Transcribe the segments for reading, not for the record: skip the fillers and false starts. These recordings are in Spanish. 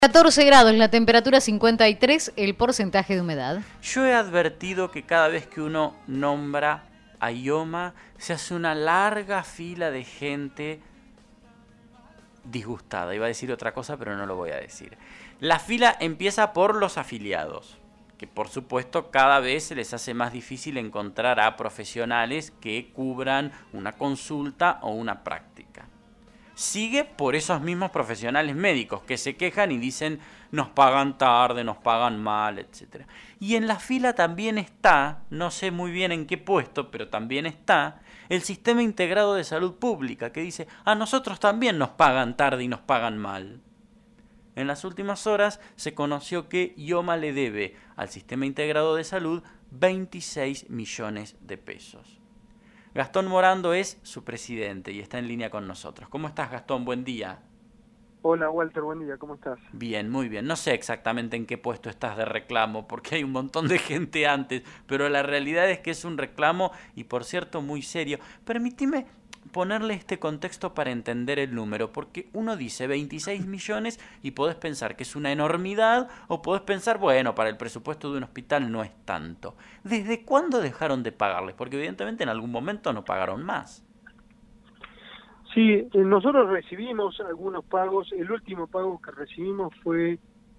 14 grados, la temperatura 53, el porcentaje de humedad. Yo he advertido que cada vez que uno nombra a IOMA se hace una larga fila de gente disgustada. Iba a decir otra cosa, pero no lo voy a decir. La fila empieza por los afiliados, que por supuesto cada vez se les hace más difícil encontrar a profesionales que cubran una consulta o una práctica. Sigue por esos mismos profesionales médicos que se quejan y dicen nos pagan tarde, nos pagan mal, etc. Y en la fila también está, no sé muy bien en qué puesto, pero también está el Sistema Integrado de Salud Pública que dice a nosotros también nos pagan tarde y nos pagan mal. En las últimas horas se conoció que IOMA le debe al Sistema Integrado de Salud 26 millones de pesos. Gastón Morando es su presidente y está en línea con nosotros. ¿Cómo estás, Gastón? Buen día. Hola, Walter, buen día, ¿cómo estás? Bien, muy bien. No sé exactamente en qué puesto estás de reclamo, porque hay un montón de gente antes, pero la realidad es que es un reclamo y, por cierto, muy serio. Permíteme ponerle este contexto para entender el número, porque uno dice 26 millones y podés pensar que es una enormidad o podés pensar, bueno, para el presupuesto de un hospital no es tanto. ¿Desde cuándo dejaron de pagarles? Porque evidentemente en algún momento no pagaron más. Sí, nosotros recibimos algunos pagos. El último pago que recibimos fue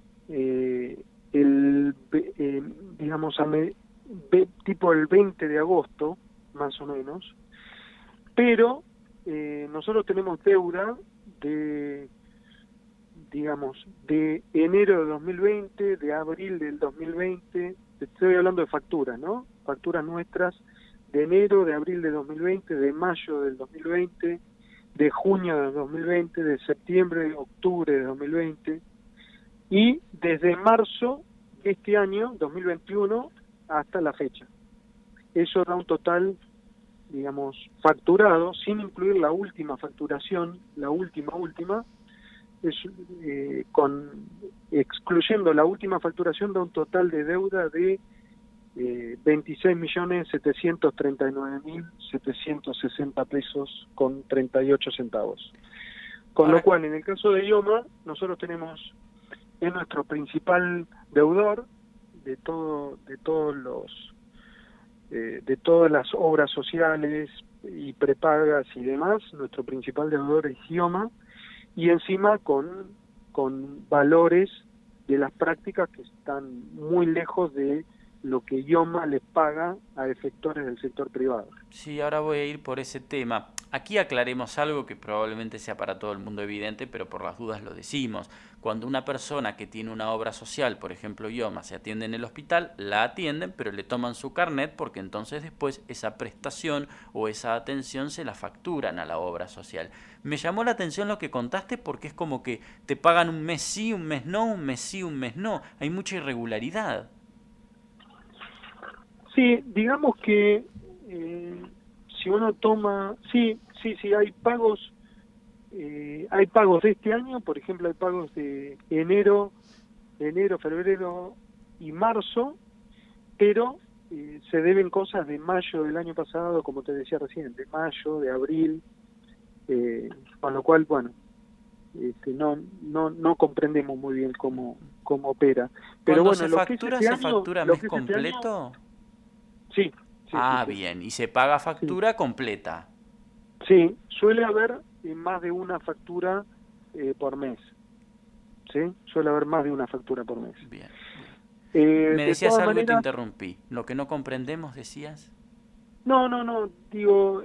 digamos, tipo el 20 de agosto, más o menos. Pero nosotros tenemos deuda de, digamos, de enero de 2020, de abril del 2020, estoy hablando de facturas, ¿no? Facturas nuestras de enero, de abril de 2020, de mayo del 2020, de junio de 2020, de septiembre, octubre de 2020, y desde marzo de este año, 2021, hasta la fecha. Eso da un total, digamos, facturado, sin incluir la última facturación, la última, es, excluyendo la última facturación, da un total de deuda de 26.739.760 pesos con 38 centavos. Con lo cual, en el caso de IOMA, nosotros tenemos, es nuestro principal deudor de todas las obras sociales y prepagas y demás. Nuestro principal deudor es IOMA, y encima con valores de las prácticas que están muy lejos de lo que IOMA les paga a efectores del sector privado. Sí, ahora voy a ir por ese tema. Aquí aclaremos algo que probablemente sea para todo el mundo evidente, pero por las dudas lo decimos. Cuando una persona que tiene una obra social, por ejemplo IOMA, se atiende en el hospital, la atienden, pero le toman su carnet porque entonces después esa prestación o esa atención se la facturan a la obra social. Me llamó la atención lo que contaste porque es como que te pagan un mes sí, un mes no, un mes sí, un mes no. Hay mucha irregularidad. Sí, digamos que si uno toma, sí, hay pagos de este año. Por ejemplo, hay pagos de enero, febrero y marzo, pero se deben cosas de mayo del año pasado, como te decía recién, de mayo, de abril, con lo cual, bueno, no comprendemos muy bien cómo opera. Pero Cuando bueno, se factura, ¿se factura mes completo? Sí. Bien, y se paga factura completa. Sí, suele haber más de una factura por mes. ¿Sí? Suele haber más de una factura por mes. Bien. Me decías algo y te maneras, interrumpí. ¿Lo que no comprendemos decías? No, digo,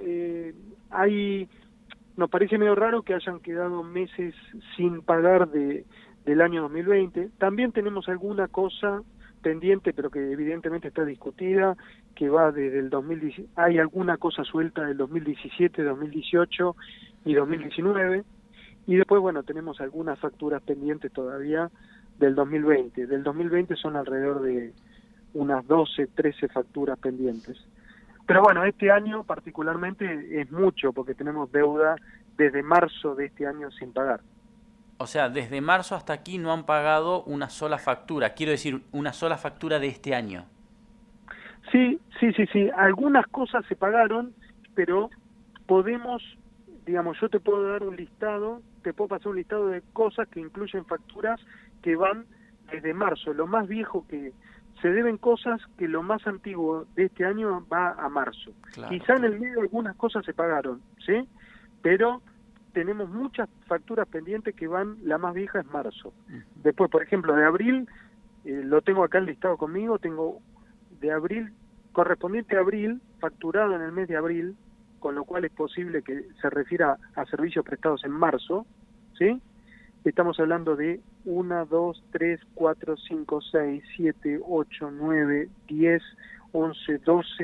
nos parece medio raro que hayan quedado meses sin pagar del año 2020. También tenemos alguna cosa pendiente, pero que evidentemente está discutida, que va desde el 2017, hay alguna cosa suelta del 2017, 2018 y 2019, y después, bueno, tenemos algunas facturas pendientes todavía del 2020. Del 2020 son alrededor de unas 12, 13 facturas pendientes. Pero bueno, este año particularmente es mucho, porque tenemos deuda desde marzo de este año sin pagar. O sea, desde marzo hasta aquí no han pagado una sola factura. Quiero decir, una sola factura de este año. Sí. Algunas cosas se pagaron, pero podemos, digamos, yo te puedo dar un listado, te puedo pasar un listado de cosas que incluyen facturas que van desde marzo. Lo más viejo que se deben cosas que lo más antiguo de este año va a marzo. Claro, Quizá en claro. el medio algunas cosas se pagaron, ¿sí? Pero tenemos muchas facturas pendientes que van, la más vieja es marzo. Después, por ejemplo, de abril, lo tengo acá listado conmigo, tengo de abril, correspondiente a abril, facturado en el mes de abril, con lo cual es posible que se refiera a servicios prestados en marzo, ¿sí? Estamos hablando de 1, 2, 3, 4, 5, 6, 7, 8, 9, 10, 11,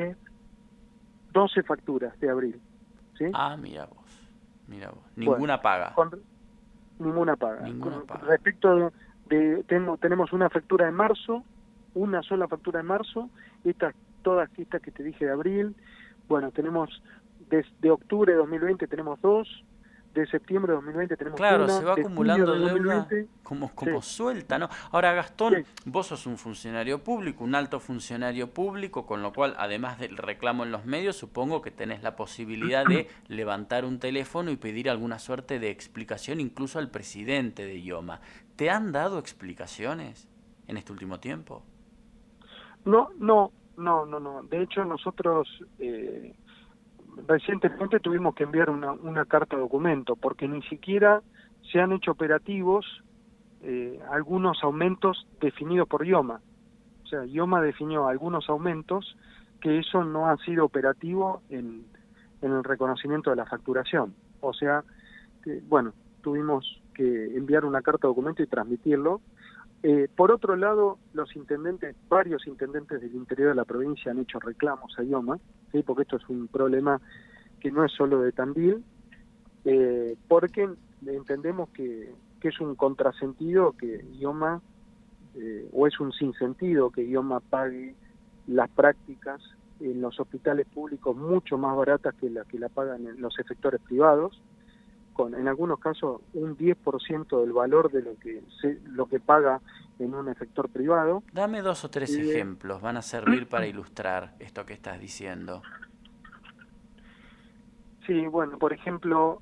12 facturas de abril, ¿sí? Ah, mira vos. Mira vos. Bueno, Ninguna paga. ninguna paga. Ninguna paga. Respecto tenemos una factura de marzo, una sola factura de marzo, todas estas que te dije de abril. Bueno, tenemos de octubre de 2020 tenemos 2, de septiembre de 2020 tenemos Claro, una, se va de junio acumulando de deuda 2020, como sí, suelta, ¿no? Ahora, Gastón, sí. vos sos un funcionario público, un alto funcionario público, con lo cual, además del reclamo en los medios, supongo que tenés la posibilidad de levantar un teléfono y pedir alguna suerte de explicación incluso al presidente de IOMA. ¿Te han dado explicaciones en este último tiempo? No. De hecho, nosotros recientemente tuvimos que enviar una carta documento, porque ni siquiera se han hecho operativos algunos aumentos definidos por IOMA. O sea, IOMA definió algunos aumentos que eso no ha sido operativo en el reconocimiento de la facturación. O sea, bueno, tuvimos que enviar una carta documento y transmitirlo. Por otro lado, varios intendentes del interior de la provincia han hecho reclamos a IOMA, ¿sí? Porque esto es un problema que no es solo de Tandil, porque entendemos que es un contrasentido que IOMA, o es un sinsentido que IOMA pague las prácticas en los hospitales públicos mucho más baratas que la pagan en los efectores privados, con en algunos casos un 10% del valor de lo que paga en un efector privado. Dame 2 o 3 ejemplos, van a servir para ilustrar esto que estás diciendo. Sí, bueno, por ejemplo,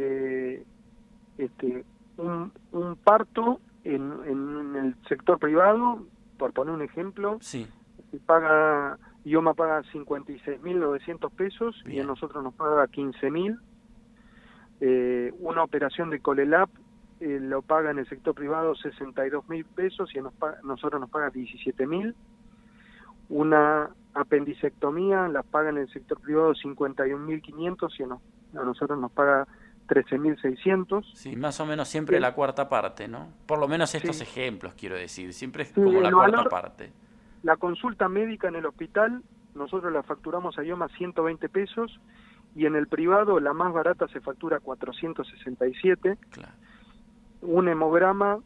un parto en el sector privado, por poner un ejemplo, Sí. IOMA paga 56.900 pesos. Bien. Y a nosotros nos paga 15.000. Una operación de Colelap lo paga en el sector privado 62.000 pesos y a nosotros nos paga 17.000. Una apendicectomía la paga en el sector privado 51.500 y a nosotros nos paga 13.600. Sí, más o menos siempre la cuarta parte, ¿no? Por lo menos estos Sí. ejemplos, quiero decir, siempre es Sí, como la el cuarta valor, parte. la consulta médica en el hospital, nosotros la facturamos a IOMA 120 pesos y en el privado la más barata se factura 467. Claro. Un hemograma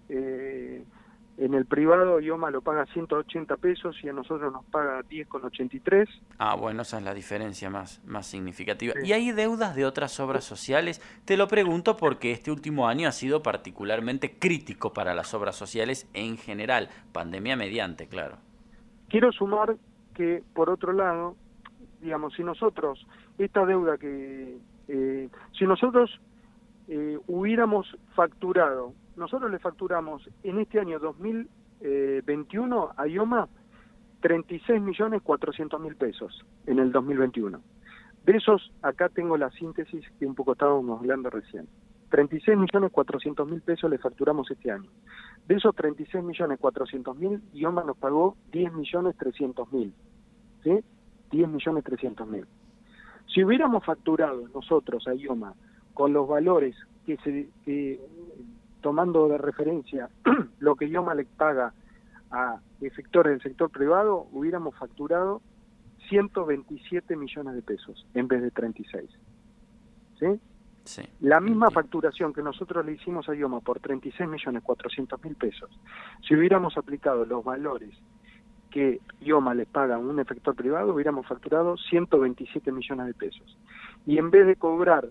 en el privado IOMA lo paga 180 pesos y a nosotros nos paga 10,83. Ah, bueno, esa es la diferencia más significativa. Sí. ¿Y hay deudas de otras obras sociales? Te lo pregunto porque este último año ha sido particularmente crítico para las obras sociales en general, pandemia mediante, claro. Quiero sumar que, por otro lado, digamos, si nosotros, esta deuda si nosotros hubiéramos facturado, nosotros le facturamos en este año 2021 a IOMA 36.400.000 pesos en el 2021. De esos, acá tengo la síntesis que un poco estábamos hablando recién. 36.400.000 pesos le facturamos este año. De esos 36.400.000, IOMA nos pagó 10.300.000. ¿Sí? 10.300.000. Si hubiéramos facturado nosotros a IOMA con los valores que tomando de referencia lo que IOMA le paga a efectores del sector privado, hubiéramos facturado 127 millones de pesos en vez de 36. ¿Sí? Sí. La misma facturación que nosotros le hicimos a IOMA por 36.400.000 pesos, si hubiéramos aplicado los valores que IOMA le paga a un efector privado, hubiéramos facturado 127 millones de pesos. Y en vez de cobrar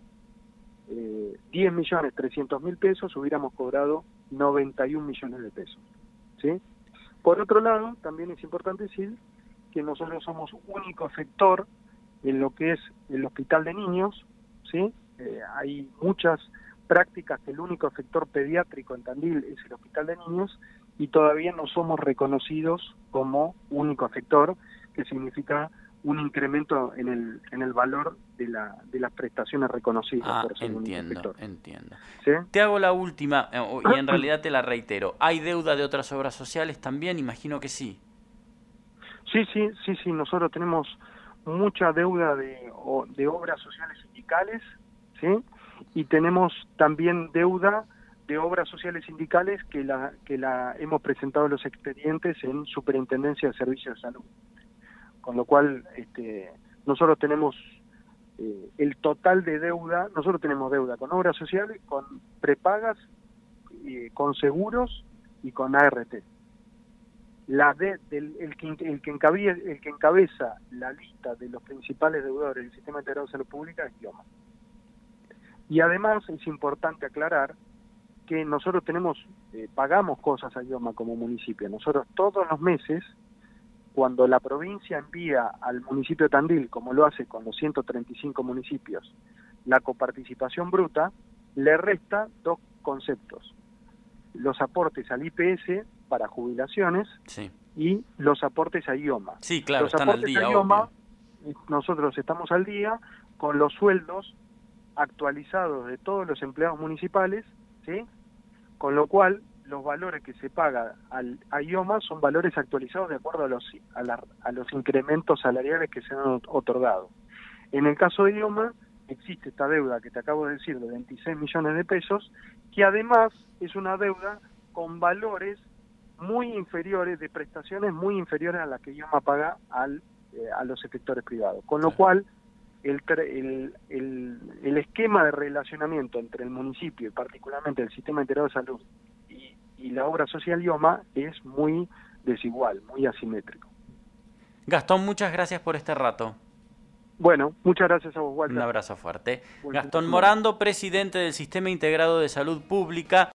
10.300.000 pesos, hubiéramos cobrado 91 millones de pesos. ¿Sí? Por otro lado, también es importante decir que nosotros somos único efector en lo que es el hospital de niños, ¿sí? Hay muchas prácticas que el único efector pediátrico en Tandil es el Hospital de Niños, y todavía no somos reconocidos como único efector, que significa un incremento en el valor de las prestaciones reconocidas por ser único efector. Entiendo. ¿Sí? Te hago la última, y en realidad te la reitero. ¿Hay deuda de otras obras sociales también? Imagino que sí. Sí, nosotros tenemos mucha deuda de obras sociales sindicales, ¿sí? Y tenemos también deuda de obras sociales sindicales que la hemos presentado los expedientes en Superintendencia de Servicios de Salud. Con lo cual, nosotros tenemos el total de deuda, nosotros tenemos deuda con obras sociales, con prepagas, con seguros y con ART. El que encabeza la lista de los principales deudores del Sistema Integrado de Salud Pública es IOMA. Y además es importante aclarar que nosotros pagamos cosas a IOMA como municipio. Nosotros todos los meses, cuando la provincia envía al municipio de Tandil, como lo hace con los 135 municipios, la coparticipación bruta, le resta dos conceptos: los aportes al IPS para jubilaciones, sí, y los aportes a IOMA. Sí, claro, los están aportes al día, a IOMA, obvio. Nosotros estamos al día con los sueldos actualizados de todos los empleados municipales, ¿sí? Con lo cual los valores que se paga a IOMA son valores actualizados de acuerdo a los incrementos salariales que se han otorgado. En el caso de IOMA existe esta deuda que te acabo de decir de 26 millones de pesos, que además es una deuda con valores muy inferiores, de prestaciones muy inferiores a las que IOMA paga a los efectores privados. Con lo cual, el esquema de relacionamiento entre el municipio y particularmente el Sistema Integrado de Salud y la obra social IOMA es muy desigual, muy asimétrico. Gastón, muchas gracias por este rato. Bueno, muchas gracias a vos, Walter. Un abrazo fuerte. Buen Gastón fin de semana. Morando, presidente del Sistema Integrado de Salud Pública.